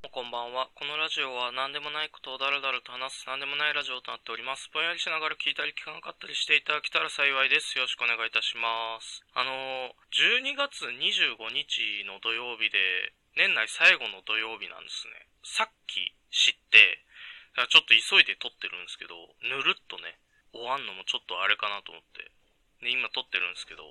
こんばんは。このラジオは何でもないことをだらだらと話す何でもないラジオとなっております。ぼんやりしながら聞いたり聞かなかったりしていただけたら幸いです。よろしくお願いいたします。12月25日の土曜日で、年内最後の土曜日なんですね。さっき知って、だからちょっと急いで撮ってるんですけど、ぬるっとね、終わんのもちょっとあれかなと思って。で、今撮ってるんですけど、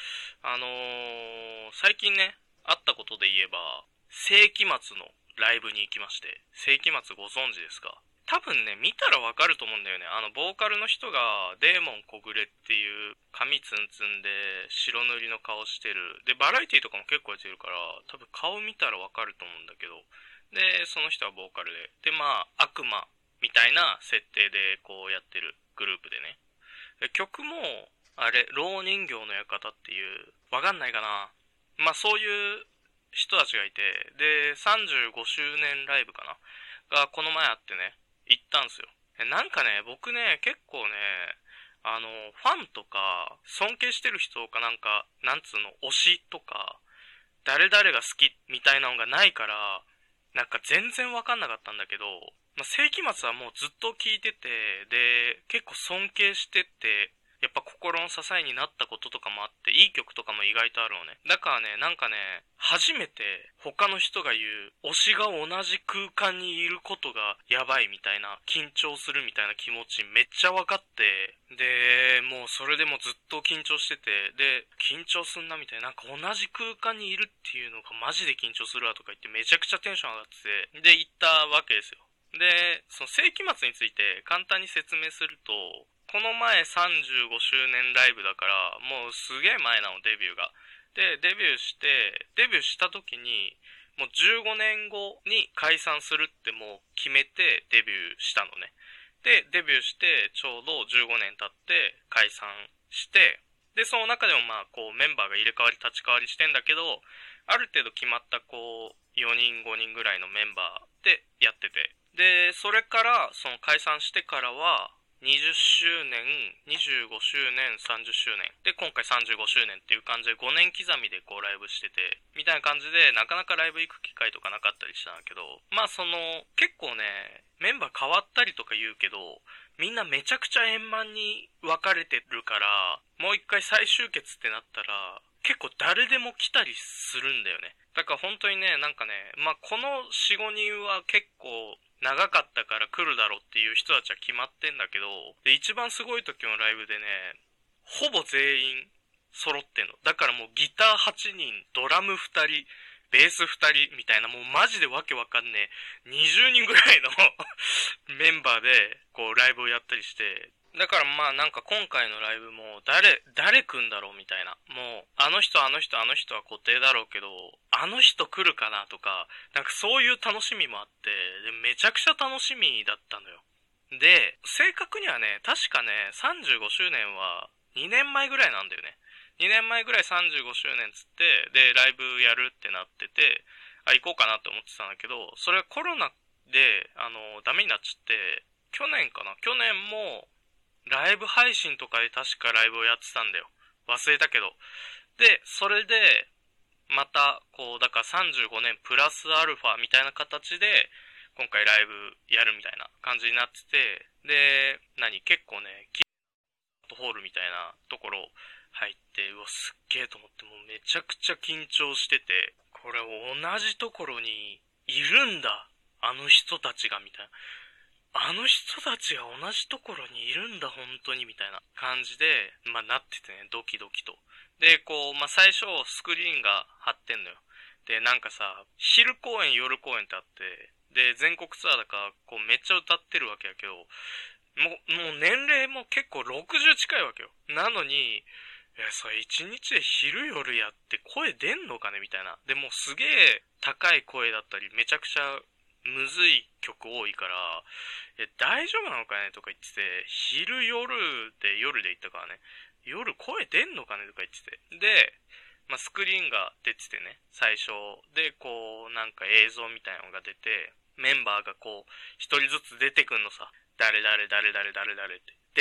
最近ね、あったことで言えば、世紀末のライブに行きまして、世紀末ご存知ですか？多分ね、見たらわかると思うんだよね。ボーカルの人が、デーモン小暮っていう、髪ツンツンで、白塗りの顔してる。で、バラエティとかも結構やってるから、多分顔見たらわかると思うんだけど、で、その人はボーカルで、で、まあ、悪魔みたいな設定で、こうやってるグループでね。で曲も、あれ、老人形の館っていう、わかんないかな。まあ、そういう人たちがいて、で、35周年ライブかなが、この前あってね、行ったんすよ。なんかね、僕ね、結構ね、ファンとか、尊敬してる人かなんか、なんつうの、推しとか、誰々が好きみたいなのがないから、なんか全然わかんなかったんだけど、まあ、世紀末はもうずっと聞いてて、で、結構尊敬してて、やっぱ心の支えになったこととかもあって、いい曲とかも意外とあるのね。だからね、なんかね、初めて他の人が言う、推しが同じ空間にいることがやばいみたいな、緊張するみたいな気持ちめっちゃ分かって、で、もうそれでもずっと緊張してて、で、緊張すんなみたいな、なんか同じ空間にいるっていうのがマジで緊張するわとか言ってめちゃくちゃテンション上がってて、で、行ったわけですよ。で、その世紀末について簡単に説明すると、この前35周年ライブだから、もうすげえ前なの、デビューが。で、デビューした時に、もう15年後に解散するってもう決めてデビューしたのね。で、デビューしてちょうど15年経って解散して、で、その中でもまあこうメンバーが入れ替わり立ち替わりしてんだけど、ある程度決まったこう4人5人ぐらいのメンバーでやってて、で、それからその解散してからは20周年、25周年、30周年。で、今回35周年っていう感じで5年刻みでこうライブしてて、みたいな感じでなかなかライブ行く機会とかなかったりしたんだけど、まあその、結構ね、メンバー変わったりとか言うけど、みんなめちゃくちゃ円満に分かれてるから、もう一回再集結ってなったら、結構誰でも来たりするんだよね。だから本当にね、なんかね、まあこの4、5人は結構長かったから来るだろうっていう人たちは決まってんだけど、で、一番すごい時のライブでね、ほぼ全員揃ってんの。だからもうギター8人、ドラム2人、ベース2人みたいな、もうマジでわけわかんねえ、20人ぐらいのメンバーで、こうライブをやったりして、だからまあなんか今回のライブも誰来んだろうみたいな。もう、あの人あの人あの人は固定だろうけど、あの人来るかなとか、なんかそういう楽しみもあって、で、めちゃくちゃ楽しみだったのよ。で、正確にはね、確かね、35周年は2年前ぐらいなんだよね。2年前ぐらい35周年つって、で、ライブやるってなってて、あ、行こうかなって思ってたんだけど、それはコロナで、ダメになっちゃって、去年かな去年も、ライブ配信とかで確かライブをやってたんだよ。忘れたけど。で、それで、また、こう、だから35年プラスアルファみたいな形で、今回ライブやるみたいな感じになってて、で、結構ね、キットホールみたいなところ入って、うわ、すっげえと思って、もうめちゃくちゃ緊張してて、これ同じところにいるんだ。あの人たちが、みたいな。あの人たちが同じところにいるんだ、本当に、みたいな感じで、まあ、なっててね、ドキドキと。で、こう、まあ、最初、スクリーンが貼ってんのよ。で、なんかさ、昼公演、夜公演ってあって、で、全国ツアーだから、こう、めっちゃ歌ってるわけやけど、もう年齢も結構60近いわけよ。なのに、それ一日で昼夜やって声出んのかねみたいな。でもすげえ高い声だったり、めちゃくちゃむずい曲多いから、大丈夫なのかねとか言ってて、夜で言ったからね、夜声出んのかねとか言ってて。で、まあ、スクリーンが出ててね、最初。で、こう、なんか映像みたいなのが出て、メンバーがこう、一人ずつ出てくんのさ。誰々誰々誰々って。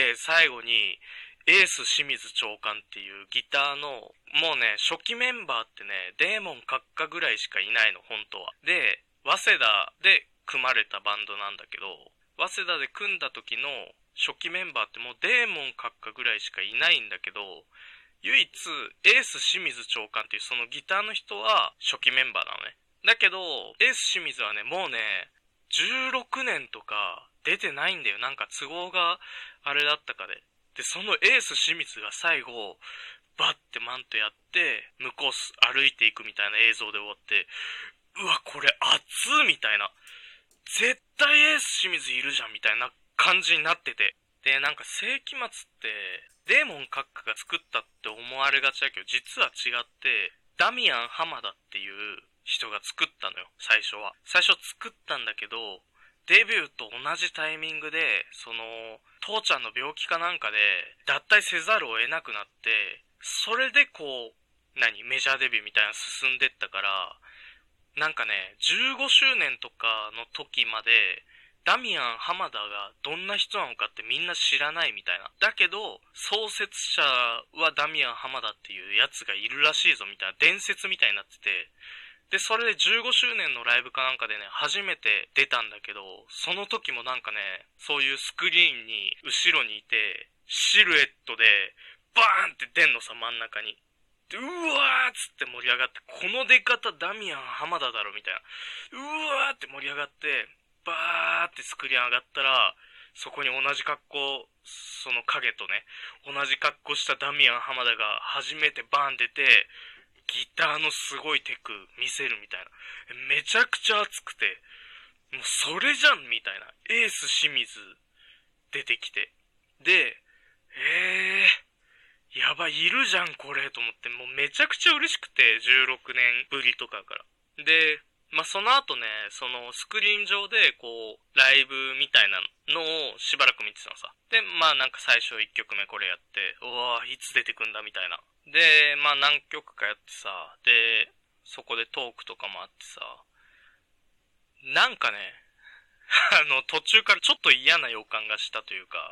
で、最後に、エース清水長官っていうギターの、もうね、初期メンバーってね、デーモン閣下ぐらいしかいないの、本当は。で、 早稲田で組まれたバンドなんだけど、早稲田で組んだ時の初期メンバーってもうデーモン閣下ぐらいしかいないんだけど、唯一エース清水長官っていうそのギターの人は初期メンバーなのね。だけどエース清水はね、もうね16年とか出てないんだよ。なんか都合があれだったかで。でそのエース清水が最後バッてマントやって向こう歩いていくみたいな映像で終わって、うわこれ熱っみたいな、絶対エース清水いるじゃんみたいな感じになってて、でなんか世紀末ってデーモン閣下が作ったって思われがちだけど、実は違ってダミアン浜田っていう人が作ったのよ。最初作ったんだけど、デビューと同じタイミングでその父ちゃんの病気かなんかで脱退せざるを得なくなって、それでこうメジャーデビューみたいなの進んでったから、なんかね15周年とかの時までダミアン浜田がどんな人なのかってみんな知らないみたいな。だけど創設者はダミアン浜田っていうやつがいるらしいぞみたいな伝説みたいになってて、でそれで15周年のライブかなんかでね初めて出たんだけど、その時もなんかねそういうスクリーンに後ろにいてシルエットでバーンって出んのさ、真ん中に。でうわーっつって盛り上がって、この出方ダミアン浜田だろみたいな、うわーって盛り上がって、バーってスクリーン上がったら、そこに同じ格好、その影とね同じ格好したダミアン浜田が初めてバーン出て、ギターのすごいテク見せるみたいな。めちゃくちゃ熱くて、もうそれじゃんみたいな。エース清水出てきて、でやばい、いるじゃんこれと思って、もうめちゃくちゃ嬉しくて、16年ぶりとかから。でその後ね、そのスクリーン上でこうライブみたいなのをしばらく見てたのさ。でなんか最初1曲目これやって、うわいつ出てくんだみたいな。で何曲かやってさ、でそこでトークとかもあってさ、なんかね途中からちょっと嫌な予感がしたというか、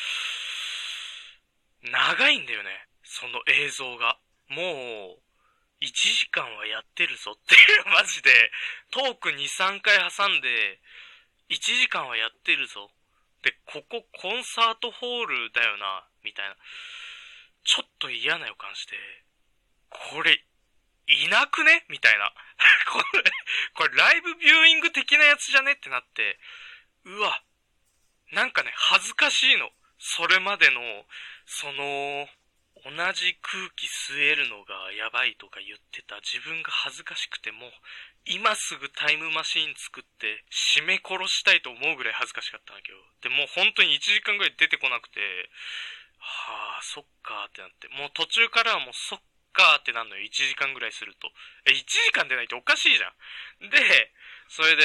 長いんだよね、その映像が。もう1時間はやってるぞっていうマジで、トーク 2,3 回挟んで1時間はやってるぞ。でここコンサートホールだよなみたいな、ちょっと嫌な予感して、これいなくねみたいなこれライブビューイング的なやつじゃねってなって、うわなんかね恥ずかしいの。それまでのその同じ空気吸えるのがやばいとか言ってた自分が恥ずかしくて、もう今すぐタイムマシーン作って締め殺したいと思うぐらい恥ずかしかったんだけど、でもう本当に1時間ぐらい出てこなくて、はぁそっかーってなって、もう途中からはもうそっかーってなんのよ。1時間ぐらいすると1時間出ないとおかしいじゃん。でそれで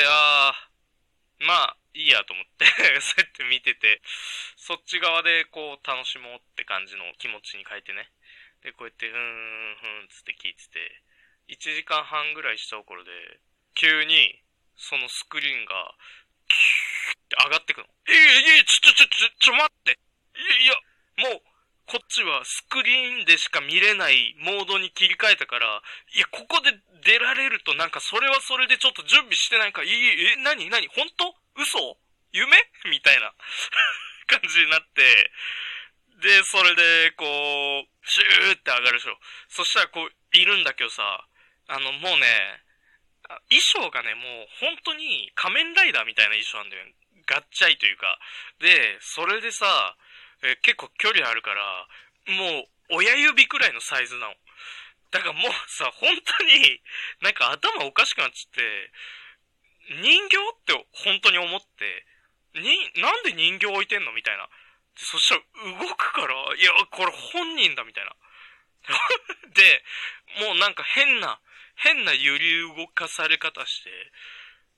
いいやと思ってそうやって見てて、そっち側でこう楽しもうって感じの気持ちに変えてね。でこうやってつって聞いてて、1時間半ぐらいしたところで急にそのスクリーンがキューって上がってくの。ちょ待って、もうこっちはスクリーンでしか見れないモードに切り替えたから、ここで出られるとなんかそれはそれでちょっと準備してないから、何本当嘘夢みたいな感じになって、でそれでこうシューって上がるでしょ。そしたらこういるんだけどさ、もうね衣装がねもう本当に仮面ライダーみたいな衣装なんだよ。ガッチャイというかで、それでさ結構距離あるから、もう親指くらいのサイズなの。だからもうさ、本当になんか頭おかしくなっちゃって、人形って本当に思って、なんで人形置いてんのみたいな。でそしたら動くから、これ本人だみたいな。で、もうなんか変な揺り動かされ方して、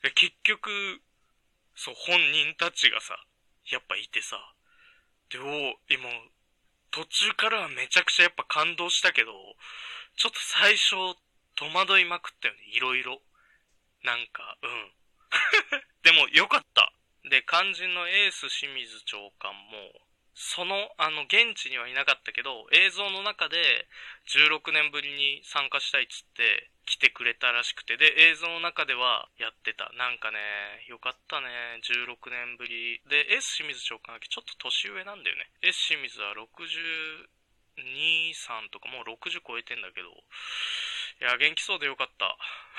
結局、本人たちがさ、やっぱいてさ、で今途中からはめちゃくちゃやっぱ感動したけど、ちょっと最初戸惑いまくったよね、いろいろ。なんかでもよかった。で肝心のエース清水長官も現地にはいなかったけど、映像の中で16年ぶりに参加したいっつって来てくれたらしくて、で、映像の中ではやってた。なんかね、よかったね。16年ぶり。で、S 清水長官ちょっと年上なんだよね。S 清水は62、3とかもう60超えてんだけど、いや、元気そうでよかった。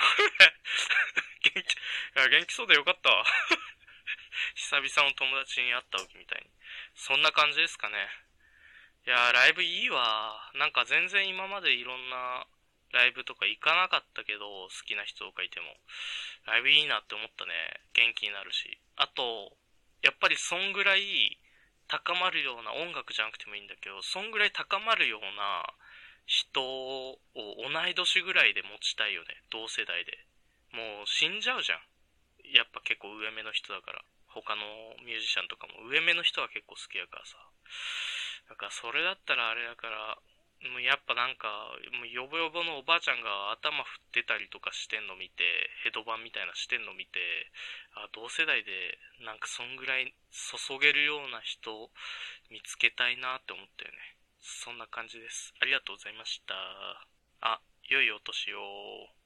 元気そうでよかったわ。久々の友達に会った時みたいに。そんな感じですかね。いやー、ライブいいわ。なんか全然今までいろんなライブとか行かなかったけど、好きな人とかいても、ライブいいなって思ったね。元気になるし。あと、やっぱりそんぐらい高まるような、音楽じゃなくてもいいんだけど、そんぐらい高まるような人を同い年ぐらいで持ちたいよね。同世代で。もう死んじゃうじゃん。やっぱ結構上目の人だから。他のミュージシャンとかも上目の人は結構好きやからさ。だからそれだったらあれだから、もうやっぱなんか、もうヨボヨボのおばあちゃんが頭振ってたりとかしてんの見て、ヘドバンみたいなしてんの見て、あ、同世代でなんかそんぐらい注げるような人見つけたいなって思ったよね。そんな感じです。ありがとうございました。あ、良いお年を。